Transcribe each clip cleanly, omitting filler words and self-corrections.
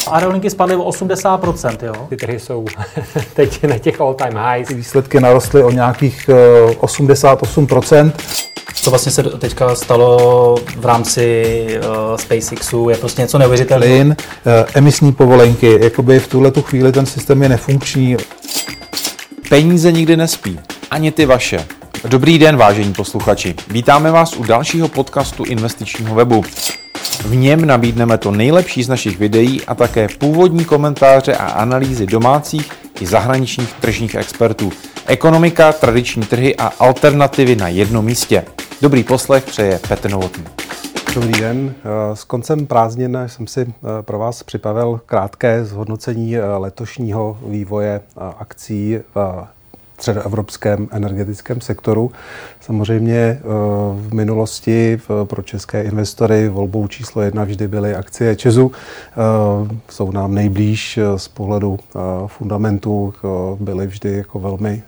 Aerolinky spadly o 80%, jo? Ty trhy jsou teď na těch all-time highs. Výsledky narostly o nějakých 88%. Co vlastně se teďka stalo v rámci SpaceXu, je prostě něco neuvěřitelného. Plyn, emisní povolenky, jakoby v tuhletu chvíli ten systém je nefunkční. Peníze nikdy nespí, ani ty vaše. Dobrý den, vážení posluchači. Vítáme vás u dalšího podcastu investičního webu. V něm nabídneme to nejlepší z našich videí a také původní komentáře a analýzy domácích i zahraničních tržních expertů. Ekonomika, tradiční trhy a alternativy na jednom místě. Dobrý poslech přeje Petr Novotný. Dobrý den. S koncem prázdnin jsem si pro vás připravil krátké zhodnocení letošního vývoje akcí v středoevropském energetickém sektoru. Samozřejmě v minulosti pro české investory volbou číslo 1 vždy byly akcie ČEZu. Jsou nám nejblíž z pohledu fundamentů, byly vždy jako velmi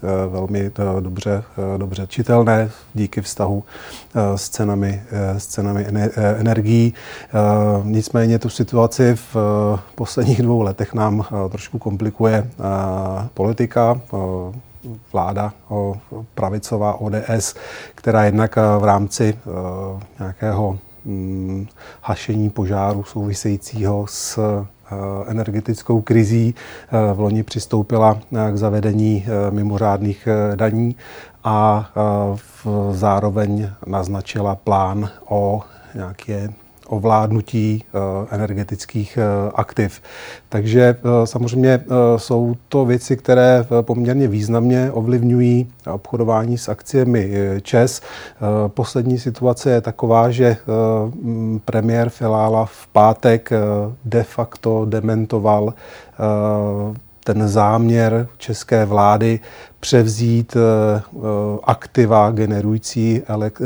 dobře čitelné díky vztahu s cenami energií. Nicméně tu situaci v posledních 2 letech nám trošku komplikuje politika, vláda pravicová ODS, která jednak v rámci nějakého hašení požáru souvisejícího s energetickou krizí v loni přistoupila k zavedení mimořádných daní a zároveň naznačila plán o nějaké ovládnutí energetických aktiv. Takže samozřejmě jsou to věci, které poměrně významně ovlivňují obchodování s akciemi ČEZ. Poslední situace je taková, že premiér Fiala v pátek de facto dementoval ten záměr české vlády převzít aktiva generující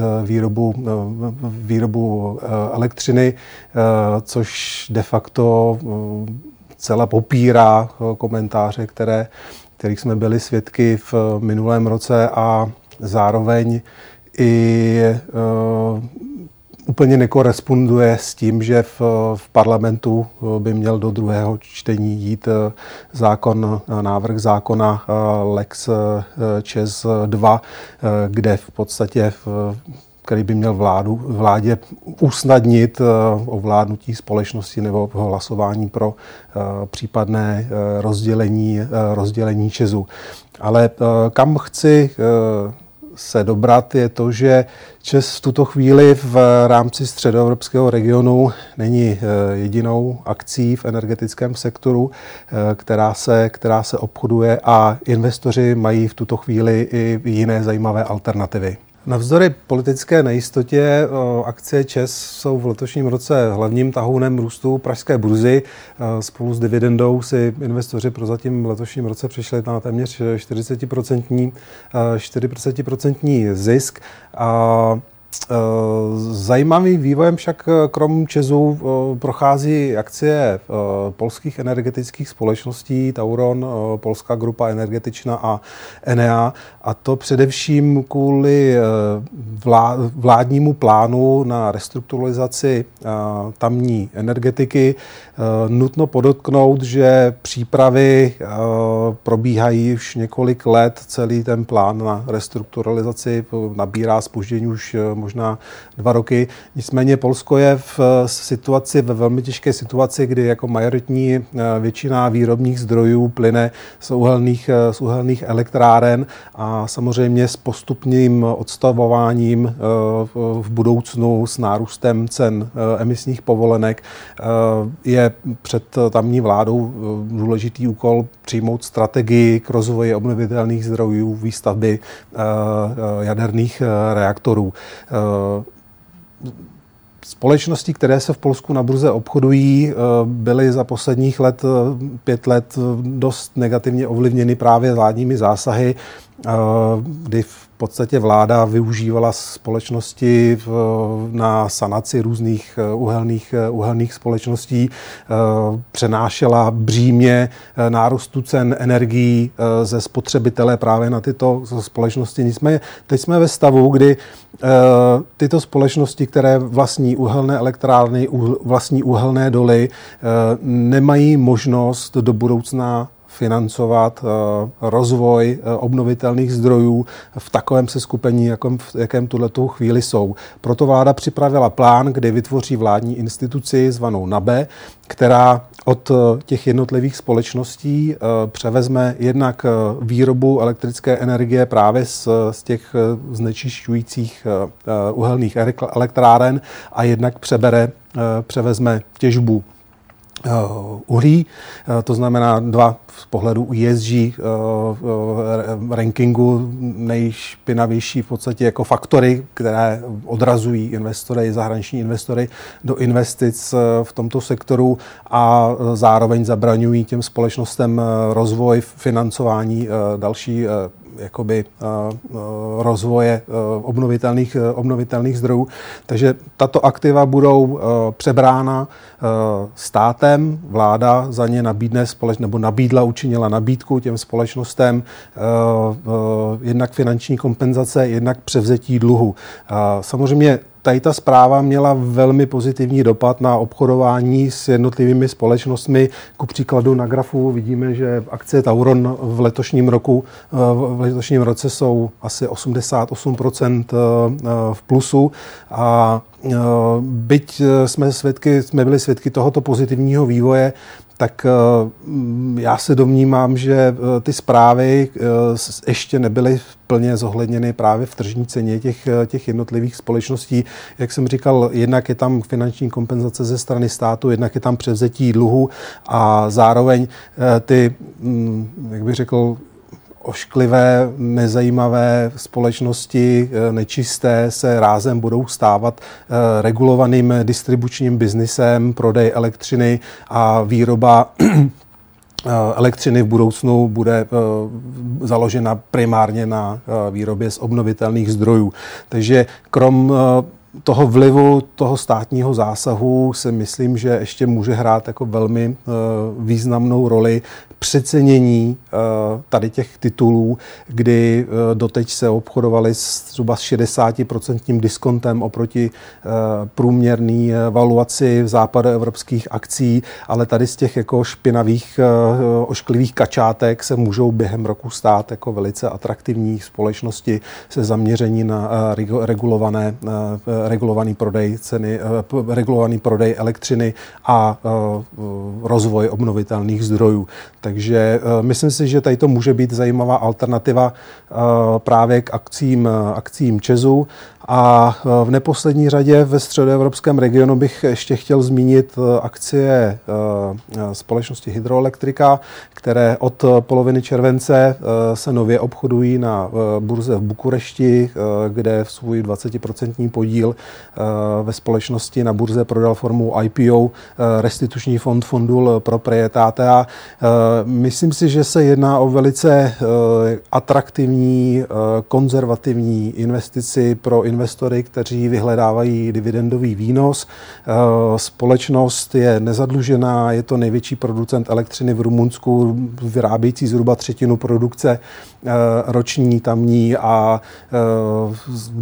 výrobu elektřiny, což de facto celá popírá komentáře, kterých jsme byli svědky v minulém roce a zároveň i úplně nekoresponduje s tím, že v parlamentu by měl do druhého čtení jít návrh zákona Lex ČEZ 2, kde v podstatě který by měl vládě usnadnit ovládnutí společnosti nebo hlasování pro případné rozdělení ČEZu. Ale kam chci se dobrat, je to, že ČEZ v tuto chvíli v rámci středoevropského regionu není jedinou akcí v energetickém sektoru, která se obchoduje a investoři mají v tuto chvíli i jiné zajímavé alternativy. Navzdory politické nejistotě akcie ČEZ jsou v letošním roce hlavním tahounem růstu pražské burzy. Spolu s dividendou si investoři prozatím v letošním roce přišli na téměř 40% zisk. Zajímavým vývojem však krom ČEZu prochází akcie polských energetických společností Tauron, Polská grupa energetična a Enea, a to především kvůli vládnímu plánu na restrukturalizaci tamní energetiky. Nutno podotknout, že přípravy probíhají už několik let, celý ten plán na restrukturalizaci nabírá zpoždění už možná 2 roky. Nicméně Polsko je ve velmi těžké situaci, kdy jako majoritní většina výrobních zdrojů plyne z uhelných elektráren a samozřejmě s postupným odstavováním v budoucnu s nárůstem cen emisních povolenek je před tamní vládou důležitý úkol přijmout strategii k rozvoji obnovitelných zdrojů, výstavby jaderných reaktorů. Společnosti, které se v Polsku na burze obchodují, byly za posledních 5 let dost negativně ovlivněny právě vládními zásahy, kdy v podstatě vláda využívala společnosti na sanaci různých uhelných společností, přenášela břímě nárůstu cen energií ze spotřebitele právě na tyto společnosti. Nicméně teď jsme ve stavu, kdy tyto společnosti, které vlastní uhelné elektrárny, vlastní uhelné doly, nemají možnost do budoucna financovat rozvoj obnovitelných zdrojů v takovém seskupení, jakém tuhletou chvíli jsou. Proto vláda připravila plán, kdy vytvoří vládní instituci zvanou NABE, která od těch jednotlivých společností převezme jednak výrobu elektrické energie právě z těch znečišťujících uhelných elektráren a jednak převezme těžbu uhlí, to znamená dva z pohledu ESG rankingu nejšpinavější v podstatě jako faktory, které odrazují investory, zahraniční investory do investic v tomto sektoru a zároveň zabraňují těm společnostem rozvoj, financování další rozvoje obnovitelných zdrojů. Takže tato aktiva budou přebrána státem, vláda za ně učinila nabídku těm společnostem jednak finanční kompenzace, jednak převzetí dluhu. Samozřejmě tady ta zpráva měla velmi pozitivní dopad na obchodování s jednotlivými společnostmi. Ku příkladu na grafu vidíme, že akcie Tauron v letošním roce jsou asi 88% v plusu a byť jsme byli svědky tohoto pozitivního vývoje, tak já se domnívám, že ty zprávy ještě nebyly plně zohledněny právě v tržní ceně těch jednotlivých společností. Jak jsem říkal, jednak je tam finanční kompenzace ze strany státu, jednak je tam převzetí dluhu a zároveň ty, jak bych řekl, ošklivé, nezajímavé společnosti, nečisté, se rázem budou stávat regulovaným distribučním biznisem, prodej elektřiny a výroba elektřiny v budoucnu bude založena primárně na výrobě z obnovitelných zdrojů. Takže krom toho vlivu toho státního zásahu si myslím, že ještě může hrát jako velmi významnou roli přecenění tady těch titulů, kdy doteď se obchodovali zhruba s 60% diskontem oproti průměrný valuaci západoevropských akcí, ale tady z těch jako špinavých, ošklivých kačátek se můžou během roku stát jako velice atraktivní společnosti se zaměření na regulovaný prodej ceny, regulovaný prodej elektřiny a rozvoj obnovitelných zdrojů. Takže myslím si, že tady to může být zajímavá alternativa právě k akcím ČEZu. A v neposlední řadě ve středoevropském regionu bych ještě chtěl zmínit akcie společnosti Hydroelektrika, které od poloviny července se nově obchodují na burze v Bukurešti, kde svůj 20% podíl ve společnosti na burze prodal formou IPO restituční fond Fondul Proprietate. A myslím si, že se jedná o velice atraktivní, konzervativní investici pro investory, kteří vyhledávají dividendový výnos. Společnost je nezadlužená, je to největší producent elektřiny v Rumunsku, vyrábějící zhruba třetinu produkce roční tamní a z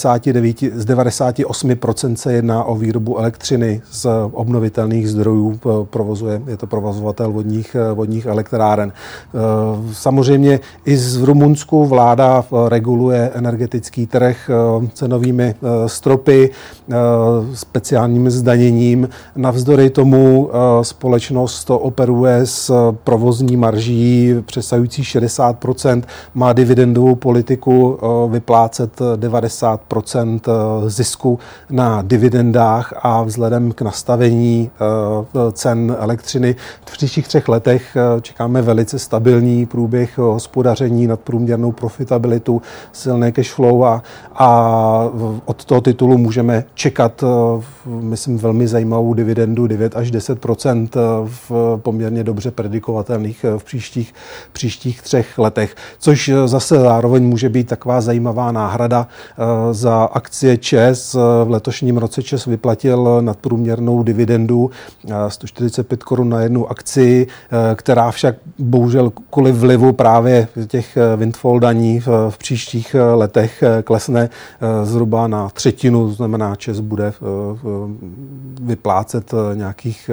98% se jedná o výrobu elektřiny z obnovitelných zdrojů. Je to provozovatel vodních elektráren. Samozřejmě i v Rumunsku vláda reguluje energetický trh cenovými stropy, speciálním zdaněním. Navzdory tomu společnost operuje s provozní marží přesahující 60%, má dividendovou politiku vyplácet 90% zisku na dividendách a vzhledem k nastavení cen elektřiny v příštích 3 letech čekáme velice stabilní průběh hospodaření, nadprůměrnou profitabilitu, silné cash flow a od toho titulu můžeme čekat, myslím, velmi zajímavou dividendu 9 až 10% v poměrně dobře predikovatelných v příštích 3 letech, což zase zároveň může být taková zajímavá náhrada za akcie ČEZ. V letošním roce ČEZ vyplatil nadprůměrnou dividendu 145 korun na jednu akci, která však bohužel kvůli vlivu právě těch windfall daní v příštích letech klesne zhruba na 1/3, to znamená, ČEZ bude vyplácet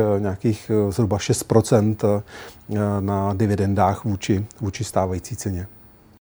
nějakých zhruba 6% na dividendách vůči stávající ceně.